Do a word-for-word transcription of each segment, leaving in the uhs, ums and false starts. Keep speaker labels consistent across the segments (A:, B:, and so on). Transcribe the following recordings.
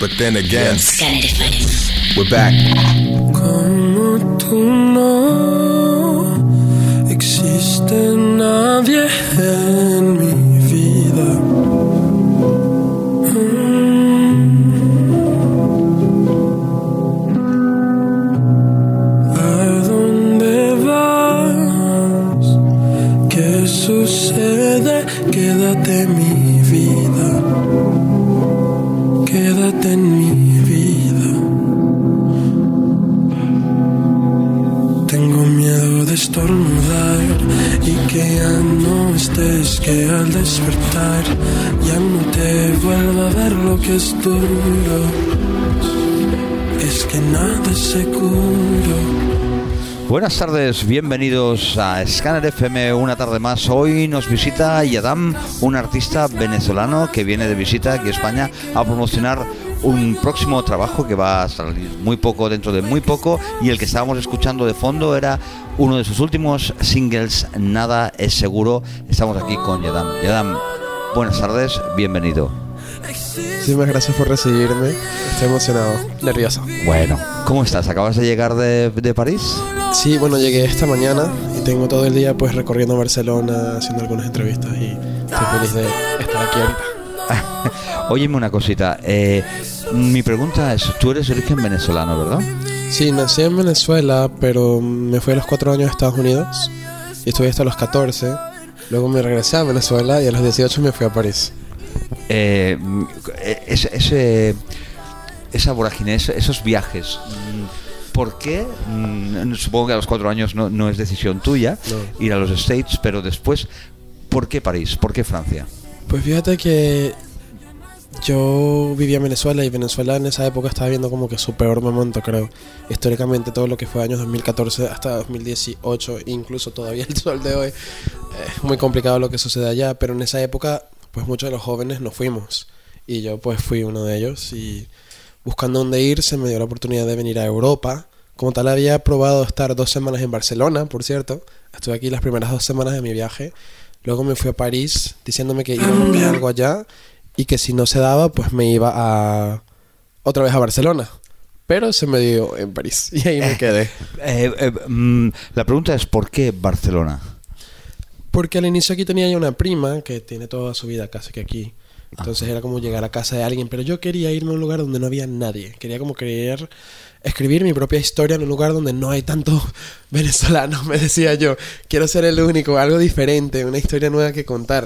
A: but then again,
B: Scanner F M.
A: we're back.
C: Como tú no existe nadie en mi vida. ¿A dónde vas? ¿Qué sucede? Quédate en mi vida. Quédate en mi vida. Tengo miedo de estornudar y que ya no estés, que al despertar ya no te vuelva a ver. Lo que es duro es que nada es seguro.
D: Buenas tardes, bienvenidos a Scanner F M una tarde más. Hoy nos visita Yadam, un artista venezolano que viene de visita aquí a España a promocionar un próximo trabajo que va a salir muy poco, dentro de muy poco, y el que estábamos escuchando de fondo era uno de sus últimos singles, Nada es Seguro. Estamos aquí con Yadam. Yadam, buenas tardes, bienvenido.
C: Muchísimas gracias por recibirme. Estoy emocionado, nervioso.
D: Bueno, ¿cómo estás? ¿Acabas de llegar de, de París?
C: Sí, bueno, llegué esta mañana y tengo todo el día pues recorriendo Barcelona, haciendo algunas entrevistas y estoy feliz de estar aquí ahorita.
D: Óyeme una cosita, eh, mi pregunta es, tú eres de origen venezolano, ¿verdad?
C: Sí, nací en Venezuela, pero me fui a los cuatro años a Estados Unidos y estuve hasta los catorce. Luego me regresé a Venezuela y a los dieciocho me fui a París.
D: Eh, ese, ese, esa vorágine, esos viajes, ¿por qué? Supongo que a los cuatro años no, no es decisión tuya no. ir a los States, pero después, ¿por qué París? ¿Por qué Francia?
C: Pues fíjate que yo vivía en Venezuela y Venezuela en esa época estaba viendo como que su peor momento, creo. Históricamente todo lo que fue años dos mil catorce hasta dos mil dieciocho, incluso todavía el sol de hoy, es muy complicado lo que sucede allá, pero en esa época pues muchos de los jóvenes nos fuimos y yo pues fui uno de ellos y buscando dónde ir se me dio la oportunidad de venir a Europa. Como tal había probado estar dos semanas en Barcelona, por cierto. Estuve aquí las primeras dos semanas de mi viaje. Luego me fui a París diciéndome que iba a montar algo allá y que si no se daba pues me iba a otra vez a Barcelona. Pero se me dio en París y ahí me quedé.
D: Eh, eh, mm, la pregunta es ¿por qué Barcelona?
C: Porque al inicio aquí tenía yo una prima que tiene toda su vida casi que aquí. Entonces Ajá. era como llegar a casa de alguien. Pero yo quería irme a un lugar donde no había nadie. Quería como querer escribir mi propia historia en un lugar donde no hay tantos venezolanos, me decía yo. Quiero ser el único, algo diferente, una historia nueva que contar.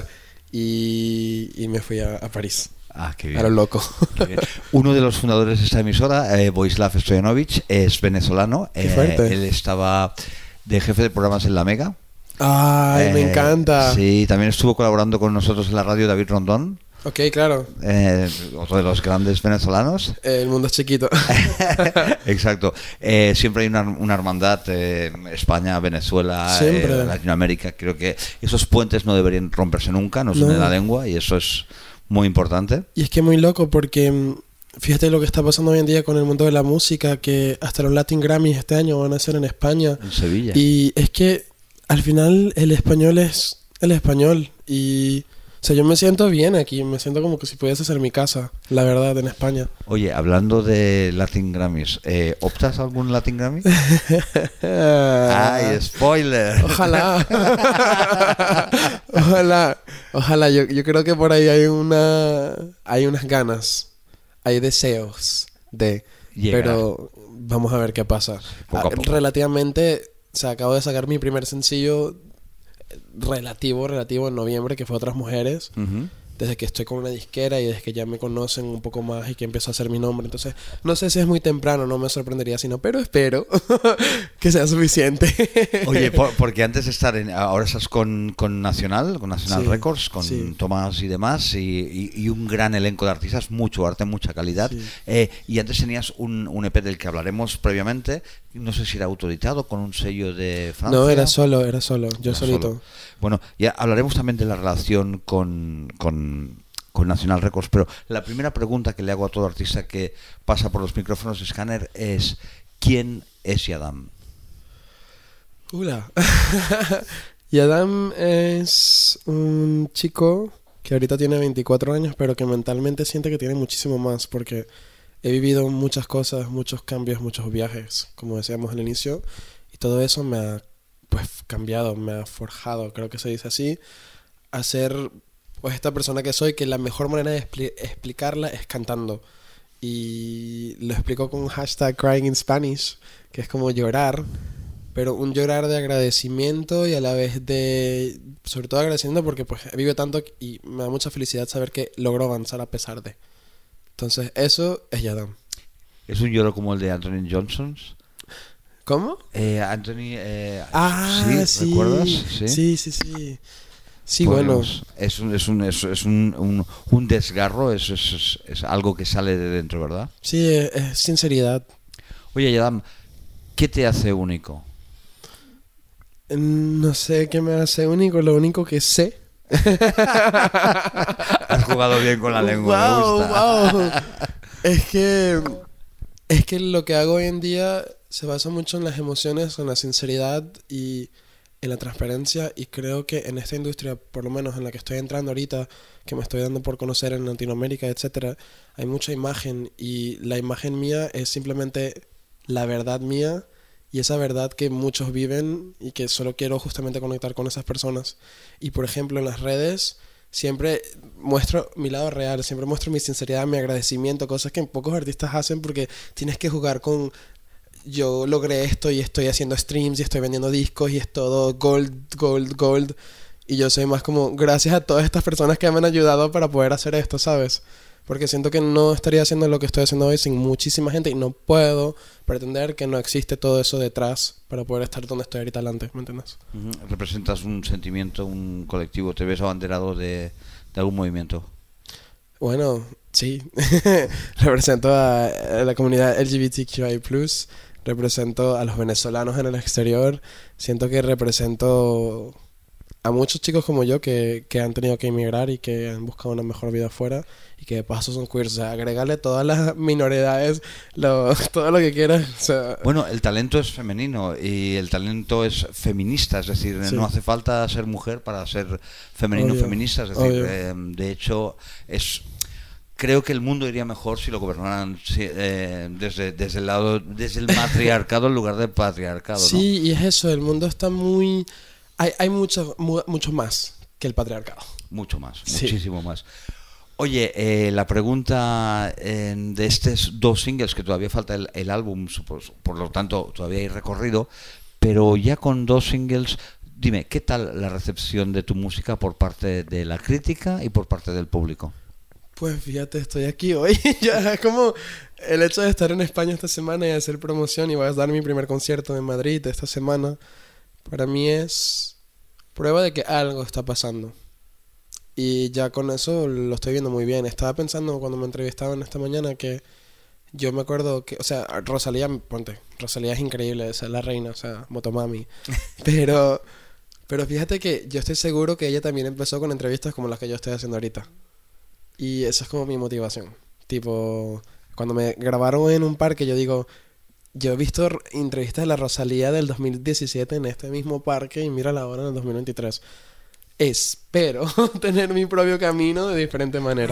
C: Y, y me fui a, a París.
D: Ah, qué bien.
C: A lo loco.
D: Qué bien. Uno de los fundadores de esta emisora, eh, Vojislav Stojanovic, es venezolano.
C: Qué
D: eh,
C: fuerte.
D: Él estaba de jefe de programas en La Mega.
C: Ay, eh, me encanta.
D: Sí, también estuvo colaborando con nosotros en la radio David Rondón.
C: Ok, claro.
D: Eh, otro de los grandes venezolanos.
C: Eh, el mundo es chiquito.
D: Exacto. Eh, siempre hay una, una hermandad, eh, España, Venezuela, eh, Latinoamérica. Creo que esos puentes no deberían romperse nunca, nos une no. la lengua y eso es muy importante.
C: Y es que es muy loco porque fíjate lo que está pasando hoy en día con el mundo de la música, que hasta los Latin Grammys este año van a ser en España.
D: En Sevilla.
C: Y es que al final el español es el español y o sea, yo me siento bien aquí, me siento como que si pudiese ser mi casa, la verdad, en España.
D: Oye, hablando de Latin Grammys, ¿eh, ¿optas a algún Latin Grammy? ¡Ay, spoiler!
C: Ojalá. Ojalá. Ojalá. Yo, yo creo que por ahí hay una... Hay unas ganas. Hay deseos de... Llegará. Pero vamos a ver qué pasa.
D: Poco a poco.
C: Relativamente... O sea, acabo de sacar mi primer sencillo relativo, relativo en noviembre, que fue Otras Mujeres. Uh-huh. Desde que estoy con una disquera y desde que ya me conocen un poco más y que empezó a hacer mi nombre. Entonces, no sé si es muy temprano, no me sorprendería si no, pero espero que sea suficiente.
D: Oye, por, porque antes de estar en... Ahora estás con, con Nacional, con Nacional
C: sí,
D: Records, con
C: sí.
D: Tomás y demás, y, y, y un gran elenco de artistas, mucho arte, mucha calidad. Sí. Eh, y antes tenías un, un E P del que hablaremos previamente, no sé si era autoeditado, con un sello de Francia.
C: No, era solo, era solo, yo era solito. Solo.
D: Bueno, ya hablaremos también de la relación con... con con Nacional Records, pero la primera pregunta que le hago a todo artista que pasa por los micrófonos de Scanner es ¿quién es Yadam?
C: Hola. Yadam es un chico que ahorita tiene veinticuatro años, pero que mentalmente siente que tiene muchísimo más, porque he vivido muchas cosas, muchos cambios, muchos viajes, como decíamos al inicio, y todo eso me ha pues cambiado, me ha forjado, creo que se dice así, a ser pues esta persona que soy, que la mejor manera de expli- explicarla es cantando. Y lo explico con un hashtag Crying in Spanish, que es como llorar, pero un llorar de agradecimiento y a la vez de, sobre todo agradeciendo porque pues he vivido tanto y me da mucha felicidad saber que logro avanzar a pesar de. Entonces eso es Yadam.
D: ¿Es un lloro como el de Anthony Johnson?
C: ¿Cómo?
D: Eh, Anthony... Eh,
C: Ah,
D: ¿sí?
C: sí.
D: ¿Recuerdas?
C: Sí, sí, sí. Sí, sí
D: Pues
C: bueno.
D: Es, un, es, un, es, es un, un, un desgarro, es, es, es algo que sale de dentro, ¿verdad?
C: Sí, es, es sinceridad.
D: Oye, Yadam, ¿qué te hace único?
C: No sé qué me hace único, lo único que sé.
D: Has jugado bien con la lengua,
C: Wow,
D: me gusta.
C: wow. Es que es que lo que hago hoy en día se basa mucho en las emociones, en la sinceridad y en la transparencia, y creo que en esta industria, por lo menos en la que estoy entrando ahorita, que me estoy dando por conocer en Latinoamérica, etcétera, hay mucha imagen y la imagen mía es simplemente la verdad mía y esa verdad que muchos viven y que solo quiero justamente conectar con esas personas. Y por ejemplo en las redes siempre muestro mi lado real, siempre muestro mi sinceridad, mi agradecimiento, cosas que pocos artistas hacen porque tienes que jugar con yo logré esto y estoy haciendo streams y estoy vendiendo discos y es todo gold, gold, gold. Y yo soy más como gracias a todas estas personas que me han ayudado para poder hacer esto, ¿sabes? Porque siento que no estaría haciendo lo que estoy haciendo hoy sin muchísima gente y no puedo pretender que no existe todo eso detrás para poder estar donde estoy ahorita adelante, ¿me entiendes?
D: Uh-huh. Representas un sentimiento, un colectivo, ¿te ves abanderado de, de algún movimiento?
C: Bueno, sí. Represento a la comunidad L G B T Q I plus, represento a los venezolanos en el exterior, siento que represento a muchos chicos como yo que, que han tenido que emigrar y que han buscado una mejor vida afuera y que de paso son queers, o sea, agregarle todas las minoridades, lo, todo lo que quieras, o sea...
D: Bueno, el talento es femenino y el talento es feminista, es decir, sí. No hace falta ser mujer para ser femenino o feminista, es decir, eh, de hecho es... Creo que el mundo iría mejor si lo gobernaran eh, desde, desde el lado, desde el matriarcado en lugar del patriarcado, ¿no?
C: Sí, y es eso, el mundo está muy... Hay, hay mucho, mu mucho más que el patriarcado.
D: Mucho más,
C: sí.
D: Muchísimo más. Oye, eh, la pregunta eh, de estos dos singles, que todavía falta el, el álbum, por, por lo tanto todavía hay recorrido, pero ya con dos singles, dime, ¿qué tal la recepción de tu música por parte de la crítica y por parte del público?
C: Pues fíjate, estoy aquí hoy. Ya es como el hecho de estar en España esta semana y hacer promoción y voy a dar mi primer concierto en Madrid esta semana. Para mí es prueba de que algo está pasando. Y ya con eso lo estoy viendo muy bien. Estaba pensando cuando me entrevistaban esta mañana que yo me acuerdo que, o sea, Rosalía, ponte, Rosalía es increíble, es la reina, o sea, Motomami. Pero, pero fíjate que yo estoy seguro que ella también empezó con entrevistas como las que yo estoy haciendo ahorita. Y esa es como mi motivación. Tipo, cuando me grabaron en un parque, yo digo, yo he visto entrevistas de la Rosalía del dos mil diecisiete en este mismo parque y mira la hora en el dos mil veintitrés. Espero tener mi propio camino de diferente manera.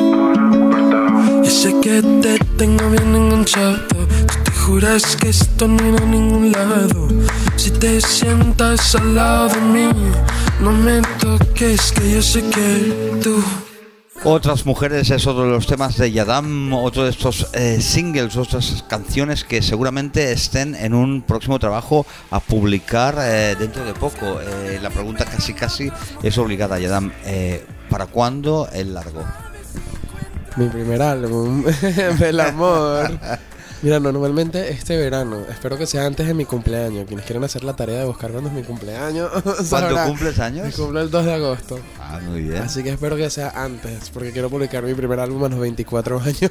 A: Yo sé que te tengo bien enganchado. Tú te juras que esto no irá a ningún lado. Si te sientas al lado de mí, no me toques, que yo sé que tú...
D: Otras mujeres es otro de los temas de Yadam, otro de estos eh, singles, otras canciones que seguramente estén en un próximo trabajo a publicar eh, dentro de poco. Eh, la pregunta casi casi es obligada, Yadam. Eh, ¿Para cuándo el largo?
C: Mi primer álbum, El Amor. Mira, no, normalmente este verano, espero que sea antes de mi cumpleaños. Quienes quieran hacer la tarea de buscar cuándo es mi cumpleaños.
D: ¿Cuándo cumples años?
C: Me cumplo el dos de agosto.
D: Ah, muy bien.
C: Así que espero que sea antes, porque quiero publicar mi primer álbum a los veinticuatro años.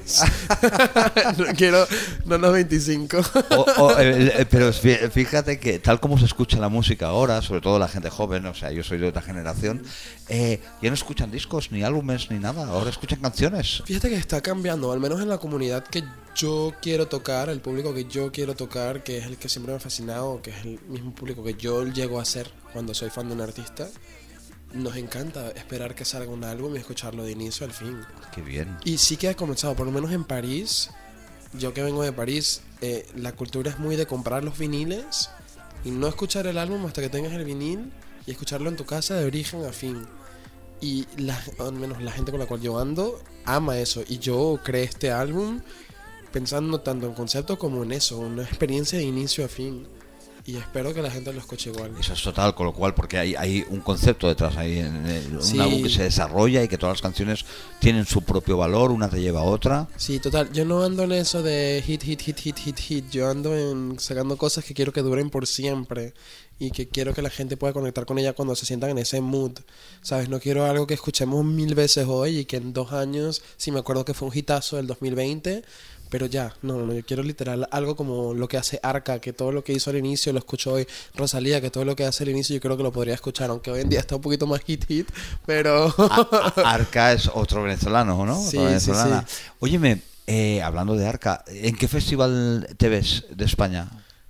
C: No quiero, no a los veinticinco.
D: O, o, eh, pero fíjate que tal como se escucha la música ahora, sobre todo la gente joven, o sea, yo soy de otra generación, eh, ya no escuchan discos, ni álbumes, ni nada. Ahora escuchan canciones.
C: Fíjate que está cambiando, al menos en la comunidad que yo quiero tocar, el público que yo quiero tocar, que es el que siempre me ha fascinado, que es el mismo público que yo llego a ser cuando soy fan de un artista. Nos encanta esperar que salga un álbum y escucharlo de inicio al fin.
D: Qué bien.
C: Y sí que ha comenzado, por lo menos en París, yo que vengo de París, eh, la cultura es muy de comprar los viniles y no escuchar el álbum hasta que tengas el vinil y escucharlo en tu casa de origen a fin. Y la, al menos la gente con la cual yo ando ama eso. Y yo creé este álbum pensando tanto en concepto como en eso, una experiencia de inicio a fin. Y espero que la gente lo escuche igual.
D: Eso es total, con lo cual, porque hay, hay un concepto detrás, hay en el,
C: Sí.
D: un álbum que se desarrolla y que todas las canciones tienen su propio valor, una te lleva a otra.
C: Sí, total. Yo no ando en eso de hit, hit, hit, hit, hit, hit. Yo ando en sacando cosas que quiero que duren por siempre. Y que quiero que la gente pueda conectar con ella cuando se sientan en ese mood. ¿Sabes? No quiero algo que escuchemos mil veces hoy y que en dos años, si me acuerdo que fue un hitazo del dos mil veinte, pero ya, no, no, yo quiero literal algo como lo que hace Arca, que todo lo que hizo al inicio lo escucho hoy. Rosalía, que todo lo que hace al inicio yo creo que lo podría escuchar, aunque hoy en día está un poquito más hit, hit, pero...
D: A- a- Arca es otro venezolano, ¿no?
C: Sí,
D: Otra venezolana.
C: sí,
D: Óyeme, eh, hablando de Arca, ¿en qué festival te ves de España?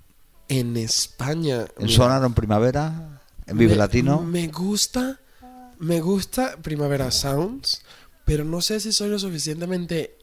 C: En España...
D: ¿En
C: mira,
D: Sonar o en Primavera? ¿En Vive
C: me,
D: Latino?
C: Me gusta, me gusta Primavera Sounds, pero no sé si soy lo suficientemente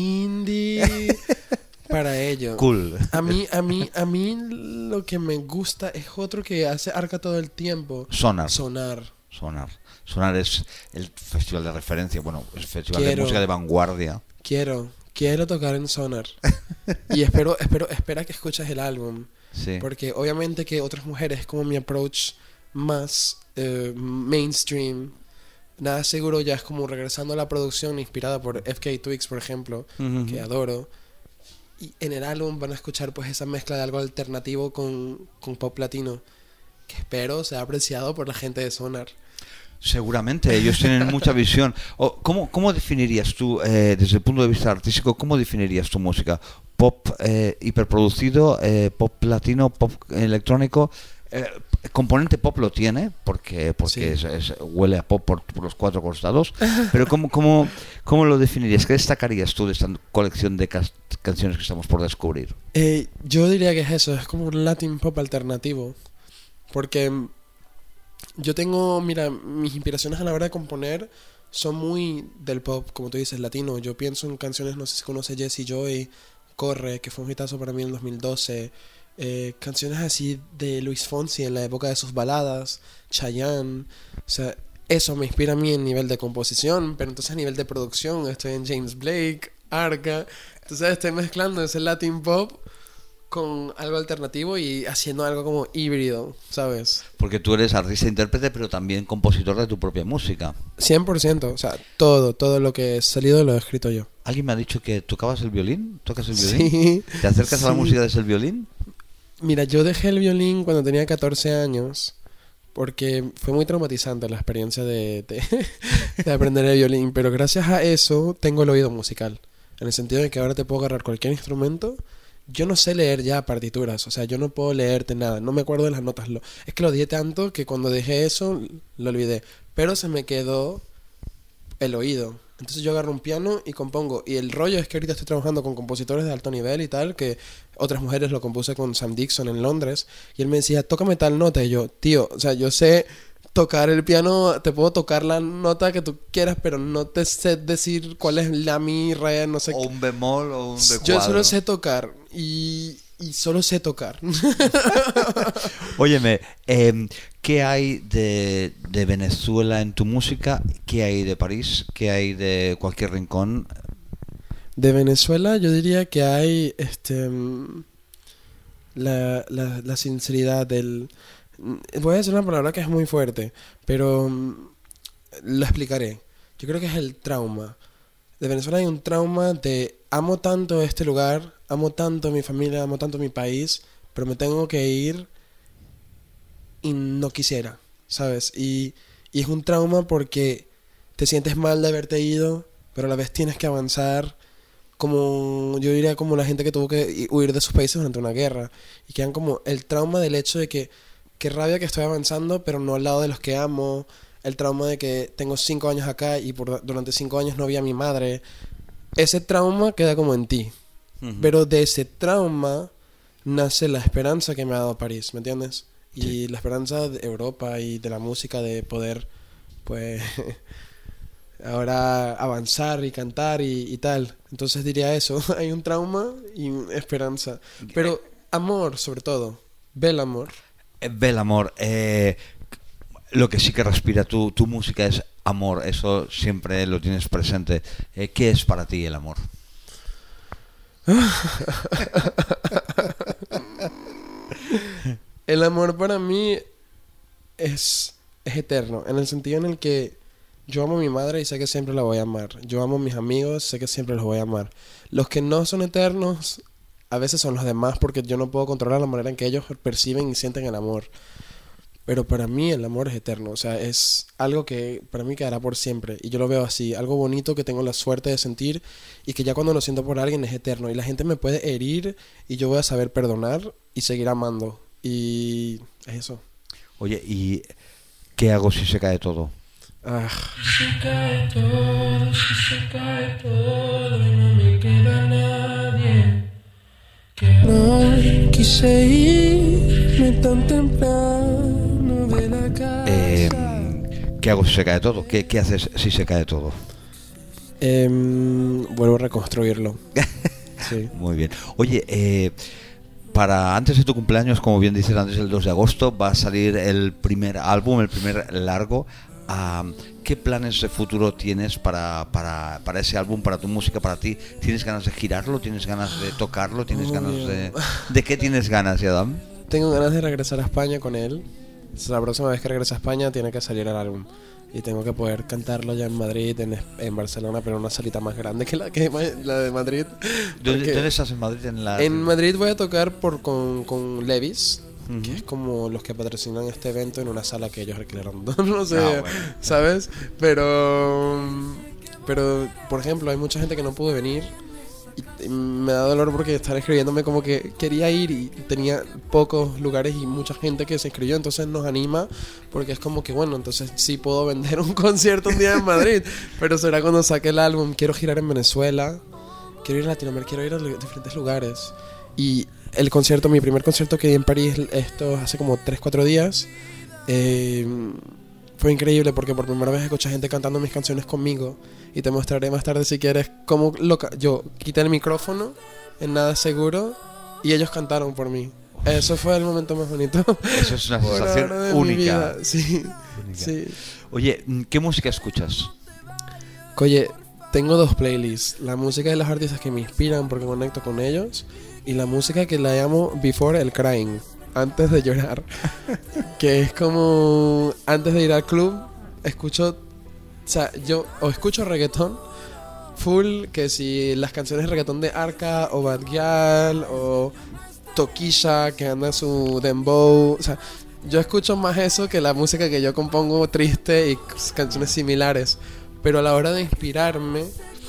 C: indie para ello.
D: Cool.
C: A mí, a mí, a mí lo que me gusta es otro que hace Arca todo el tiempo.
D: Sonar.
C: Sonar.
D: Sonar. Sonar es el festival de referencia, bueno, es el festival de
C: Quiero.
D: música de vanguardia.
C: Quiero, quiero tocar en Sonar. Y espero, espero, espera que escuches el álbum.
D: Sí.
C: Porque obviamente que Otras Mujeres es como mi approach más eh, mainstream. Nada Seguro ya es como regresando a la producción inspirada por F K Twigs, por ejemplo,
D: Ujú.
C: que adoro. Y en el álbum van a escuchar pues esa mezcla de algo alternativo con, con pop latino, que espero sea apreciado por la gente de Sonar.
D: Seguramente, ellos tienen mucha visión. O, ¿cómo, ¿Cómo definirías tú, eh, desde el punto de vista artístico, cómo definirías tu música? ¿Pop eh, hiperproducido, eh, pop latino, pop electrónico? Eh, componente pop lo tiene, porque porque
C: Sí.
D: es, es- huele a pop por, por los cuatro costados. Pero ¿cómo, cómo, ¿cómo lo definirías? ¿Qué destacarías tú de esta colección de cas- canciones que estamos por descubrir?
C: Eh, yo diría que es eso, es como un Latin pop alternativo. Porque mm, yo tengo, mira, mis inspiraciones a la hora de componer son muy del pop, como tú dices, latino. Yo pienso en canciones, no sé si conoces Jessie Joy, Corre, que fue un hitazo para mí en el dos mil doce. Eh, canciones así de Luis Fonsi en la época de sus baladas, Chayanne. O sea, eso me inspira a mí en nivel de composición, pero entonces a nivel de producción estoy en James Blake, Arca. Entonces estoy mezclando ese Latin pop con algo alternativo y haciendo algo como híbrido, ¿sabes?
D: Porque tú eres artista e intérprete, pero también compositor de tu propia música.
C: cien por ciento, o sea, todo, todo lo que he salido lo he escrito yo.
D: ¿Alguien me ha dicho que tocabas el violín? ¿Tocas el violín?
C: Sí.
D: ¿Te acercas a la
C: Sí.
D: música desde el violín?
C: Mira, yo dejé el violín cuando tenía catorce años porque fue muy traumatizante la experiencia de, de, de aprender el violín, pero gracias a eso tengo el oído musical, en el sentido de que ahora te puedo agarrar cualquier instrumento. Yo no sé leer ya partituras, o sea, yo no puedo leerte nada, no me acuerdo de las notas. Lo, es que lo odié tanto que cuando dejé eso lo olvidé, pero se me quedó el oído. Entonces yo agarro un piano y compongo. Y el rollo es que ahorita estoy trabajando con compositores de alto nivel y tal, que Otras Mujeres lo compuse con Sam Dixon en Londres. Y él me decía, tócame tal nota. Y yo, tío, o sea, yo sé tocar el piano, te puedo tocar la nota que tú quieras, pero no te sé decir cuál es la mi, re, no sé
D: O
C: qué.
D: un bemol o un de
C: Yo
D: cuadro.
C: solo sé tocar y, y solo sé tocar.
D: Óyeme, eh, ¿qué hay de, de Venezuela en tu música? ¿Qué hay de París? ¿Qué hay de cualquier rincón?
C: De Venezuela yo diría que hay este mm, la, la, la sinceridad del... Voy a decir una palabra que es muy fuerte, pero mm, lo explicaré. Yo creo que es el trauma. De Venezuela hay un trauma de amo tanto este lugar, amo tanto mi familia, amo tanto mi país, pero me tengo que ir y no quisiera, ¿sabes? Y, y es un trauma porque te sientes mal de haberte ido, pero a la vez tienes que avanzar, como yo diría como la gente que tuvo que huir de sus países durante una guerra, y quedan como el trauma del hecho de que qué rabia que estoy avanzando pero no al lado de los que amo, el trauma de que tengo cinco años acá y por, durante cinco años no vi a mi madre. Ese trauma queda como en ti,
D: Ujú.
C: pero de ese trauma nace la esperanza que me ha dado París, ¿me entiendes? Y
D: Sí.
C: la esperanza de Europa y de la música de poder pues ahora avanzar y cantar y, y tal. Entonces diría eso, hay un trauma y esperanza. Pero amor, sobre todo, ve el amor.
D: Eh, ve el amor. Eh, lo que sí que respira tu, tu música es amor, eso siempre lo tienes presente. Eh, ¿Qué es para ti el amor?
C: El amor para mí es, es eterno, en el sentido en el que yo amo a mi madre y sé que siempre la voy a amar. Yo amo a mis amigos, sé que siempre los voy a amar. Los que no son eternos, a veces son los demás porque yo no puedo controlar la manera en que ellos perciben y sienten el amor. Pero para mí el amor es eterno, o sea, es algo que para mí quedará por siempre. Y yo lo veo así, algo bonito que tengo la suerte de sentir y que ya cuando lo siento por alguien es eterno. Y la gente me puede herir y yo voy a saber perdonar y seguir amando. Y es eso.
D: Oye, ¿y qué hago si se cae todo?
C: Ah.
A: Si se cae todo, si se cae todo y no me queda nadie. Que no quise irme tan temprano de la casa.
D: Eh, ¿Qué hago si se cae todo? ¿Qué, qué haces si se cae todo?
C: Eh, vuelvo a reconstruirlo. Sí.
D: Muy bien. Oye, eh, para antes de tu cumpleaños, como bien dices, antes del dos de agosto, va a salir el primer álbum, el primer largo. Uh, ¿Qué planes de futuro tienes para, para, para ese álbum, para tu música, para ti? ¿Tienes ganas de girarlo? ¿Tienes ganas de tocarlo? ¿Tienes
C: Oh,
D: ganas
C: Dios.
D: de...? ¿De qué tienes ganas, Adam?
C: Tengo ganas de regresar a España con él. La próxima vez que regrese a España tiene que salir el álbum. Y tengo que poder cantarlo ya en Madrid, en, en Barcelona, pero en una salita más grande que la, que la de Madrid.
D: ¿Dónde,
C: Porque
D: ¿Dónde estás en Madrid? En, la...
C: en Madrid voy a tocar por, con, con Levis,
D: Uh-huh.
C: que es como los que patrocinan este evento en una sala que ellos alquilaron. No sé,
D: Ah, bueno.
C: ¿sabes? Pero, pero, por ejemplo, hay mucha gente que no pudo venir. Y me da dolor porque están escribiéndome como que quería ir y tenía pocos lugares y mucha gente que se inscribió, entonces nos anima porque es como que bueno, entonces sí puedo vender un concierto un día en Madrid, pero será cuando saque el álbum. Quiero girar en Venezuela, quiero ir a Latinoamérica, quiero ir a diferentes lugares. Y el concierto, mi primer concierto que di en París, esto hace como tres cuatro días, eh, fue increíble porque por primera vez escuché gente cantando mis canciones conmigo. Y te mostraré más tarde si quieres cómo lo ca- yo quité el micrófono en Nada Seguro y ellos cantaron por mí. Eso fue el momento más bonito.
D: Eso es una
C: por
D: sensación
C: ahora de mi
D: única.
C: vida. Sí,
D: Única.
C: sí.
D: Oye, ¿qué música escuchas?
C: Oye, tengo dos playlists. La música de los artistas que me inspiran porque conecto con ellos y la música que la llamo Before el Crying, antes de llorar. Que es como antes de ir al club, escucho... O sea, yo o escucho reggaetón full, que si las canciones de reggaetón de Arca o Bad Gyal o Toquilla que anda su dembow, o sea, yo escucho más eso que la música que yo compongo triste y canciones similares. Pero a la hora de inspirarme,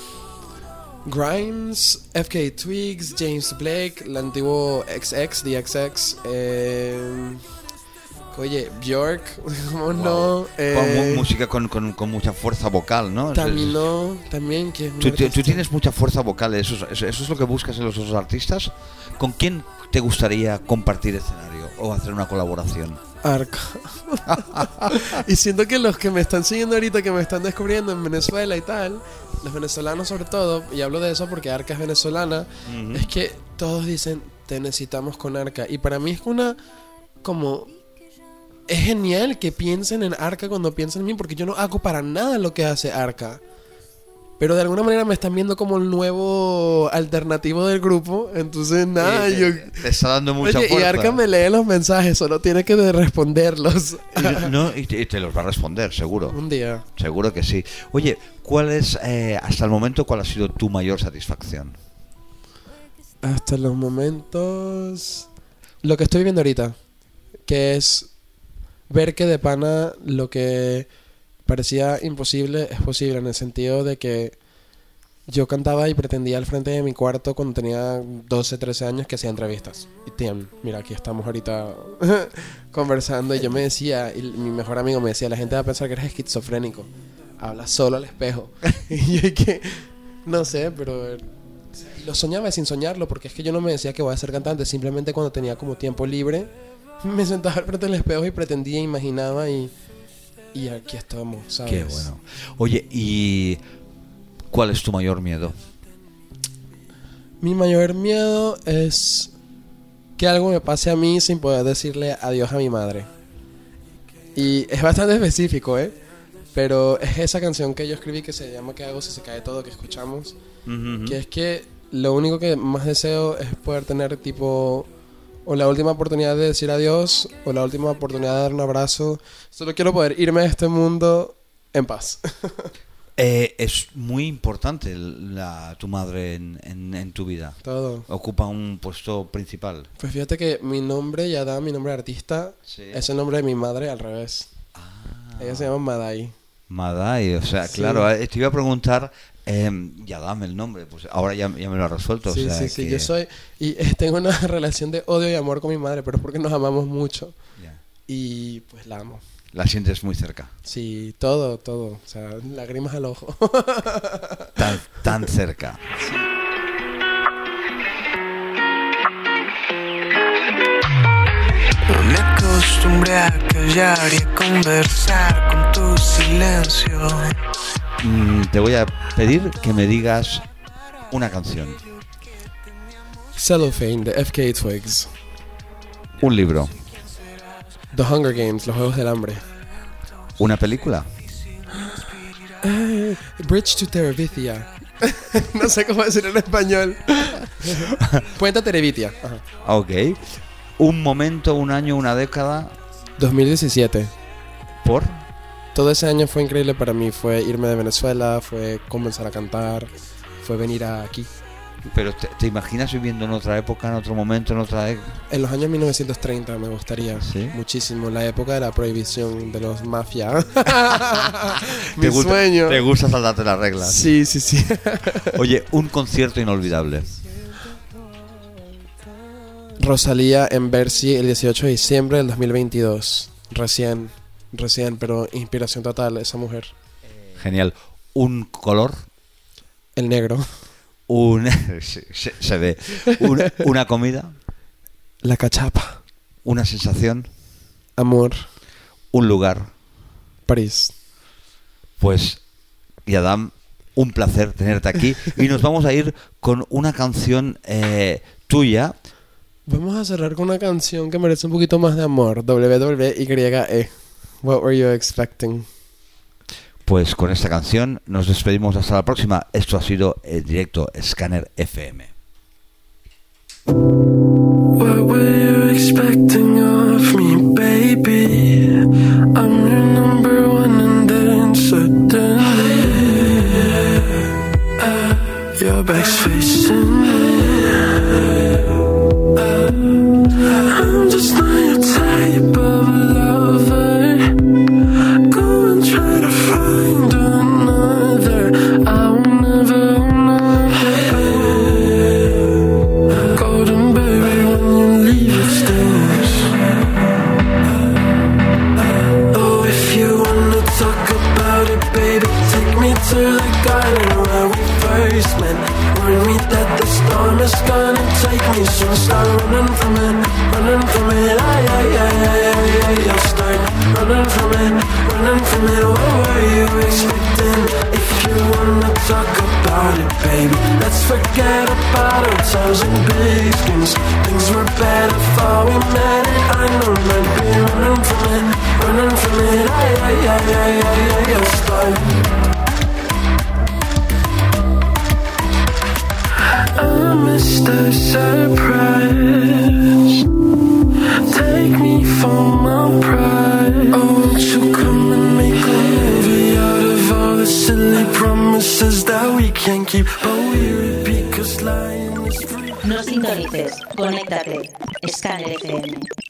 C: Grimes, F K Twigs, James Blake, el antiguo X X, The X X, eh... Oye, Björk, ¿cómo
D: Wow.
C: no? Eh,
D: Con mu- música con, con, con mucha fuerza vocal, ¿no?
C: Tamino, también, que es un
D: Tú, tú-
C: artista.
D: tú tienes mucha fuerza vocal, eso, es- eso, eso es lo que buscas en los otros artistas. ¿Con quién te gustaría compartir escenario o hacer una colaboración?
C: Arca. Y siento que los que me están siguiendo ahorita, que me están descubriendo en Venezuela y tal, los venezolanos sobre todo, y hablo de eso porque Arca es venezolana,
D: Ujú.
C: es que todos dicen, te necesitamos con Arca. Y para mí es una, como... Es genial que piensen en Arca cuando piensan en mí, porque yo no hago para nada lo que hace Arca. Pero de alguna manera me están viendo como el nuevo alternativo del grupo. Entonces, nada,
D: Y te,
C: yo...
D: te está dando mucha
C: Oye, y
D: fuerza.
C: Arca me lee los mensajes, solo tiene que de- responderlos.
D: Y, no, y, te, y te los va a responder, seguro.
C: Un día.
D: Seguro que sí. Oye, ¿cuál es, eh, hasta el momento, cuál ha sido tu mayor satisfacción?
C: Hasta los momentos... Lo que estoy viviendo ahorita, que es ver que de pana lo que parecía imposible es posible, en el sentido de que yo cantaba y pretendía al frente de mi cuarto cuando tenía doce, trece años que hacía entrevistas. Y Tian, mira, aquí estamos ahorita conversando y yo me decía, y mi mejor amigo me decía, la gente va a pensar que eres esquizofrénico, hablas solo al espejo. Y yo que, no sé, pero lo soñaba sin soñarlo, porque es que yo no me decía que voy a ser cantante, simplemente cuando tenía como tiempo libre me sentaba al frente del espejo y pretendía, imaginaba y, y aquí estamos, ¿sabes?
D: Qué bueno. Oye, ¿y cuál es tu mayor miedo?
C: Mi mayor miedo es que algo me pase a mí sin poder decirle adiós a mi madre. Y es bastante específico, ¿eh? Pero es esa canción que yo escribí que se llama ¿Qué hago si se cae todo? Que escuchamos. Uh-huh. Que es que lo único que más deseo es poder tener tipo o la última oportunidad de decir adiós o la última oportunidad de dar un abrazo. Solo quiero poder irme de este mundo en paz.
D: Eh, es muy importante la, tu madre en, en, en tu vida.
C: Todo.
D: Ocupa un puesto principal.
C: Pues fíjate que mi nombre, Yadam, mi nombre de artista, sí. Es el nombre de mi madre al revés.
D: Ah.
C: Ella se llama Madai.
D: Madai, o sea, sí. Claro, te iba a preguntar, eh, Yadam el nombre, pues ahora ya, ya me lo has resuelto.
C: Sí,
D: o sea,
C: sí,
D: que...
C: sí, yo soy, y eh, tengo una relación de odio y amor con mi madre, pero es porque nos amamos mucho. Yeah. Y pues la amo.
D: La sientes muy cerca.
C: Sí, todo, todo. O sea, lágrimas al ojo.
D: Tan, tan cerca. Sí.
A: Me acostumbré a callar y a conversar con tu silencio.
D: Mm, te voy a pedir que me digas una canción.
C: Cellophane, de F K Twigs.
D: Un libro.
C: The Hunger Games, Los Juegos del Hambre.
D: ¿Una película?
C: Uh, Bridge to Terabithia. No sé cómo decirlo en español. Puente Terabithia. Ajá.
D: Ok. ¿Un momento, un año, una década?
C: dos mil diecisiete.
D: ¿Por?
C: Todo ese año fue increíble para mí. Fue irme de Venezuela, fue comenzar a cantar, fue venir aquí.
D: ¿Pero te, te imaginas viviendo en otra época, en otro momento, en otra época?
C: En los años mil novecientos treinta me gustaría. ¿Sí? Muchísimo. La época de la prohibición de los mafias. Mi
D: ¿Te
C: sueño.
D: Gusta, ¿Te gusta saltarte las reglas?
C: Sí, sí, sí.
D: Oye, un concierto inolvidable.
C: Rosalía en Bercy el dieciocho de diciembre del dos mil veintidós. Recién, recién, pero inspiración total esa mujer.
D: Genial. ¿Un color?
C: El negro.
D: Un, se, se ve. Un, ¿Una comida?
C: La cachapa.
D: ¿Una sensación?
C: Amor.
D: ¿Un lugar?
C: París.
D: Pues, Yadam, un placer tenerte aquí. Y nos vamos a ir con una canción eh, tuya.
C: Vamos a cerrar con una canción que merece un poquito más de amor. W W Y E. What were you expecting?
D: Pues con esta canción nos despedimos hasta la próxima. Esto ha sido el directo Scanner F M.
A: What were you expecting of me, baby? I'm your number one and then suddenly uh, your back's facing me. uh, I'm just not your type of lover. Go and try to find another. I will never, never. Golden baby, when you leave it stings. Oh, if you wanna talk about it, baby, take me to the garden where we first met. Warn me that the storm is gonna take me, so start running from it, running from it. Ay, ay, ay, ay, ay, ay, I'll start running from it, running from it. What were you expecting? If you wanna talk about it, baby, let's forget about our times and big schemes. Things were better before we met it. I know I'd be running from it, running from it. Ay, ay, ay, ay, ay, ay, I'll start. I missed the surprise. Take me for my pride. Oh, won't you come and make a movie out of all the silly promises that we can't keep? But we repeat 'cause lying is free.
B: No sintonices, conéctate. Scanner F M.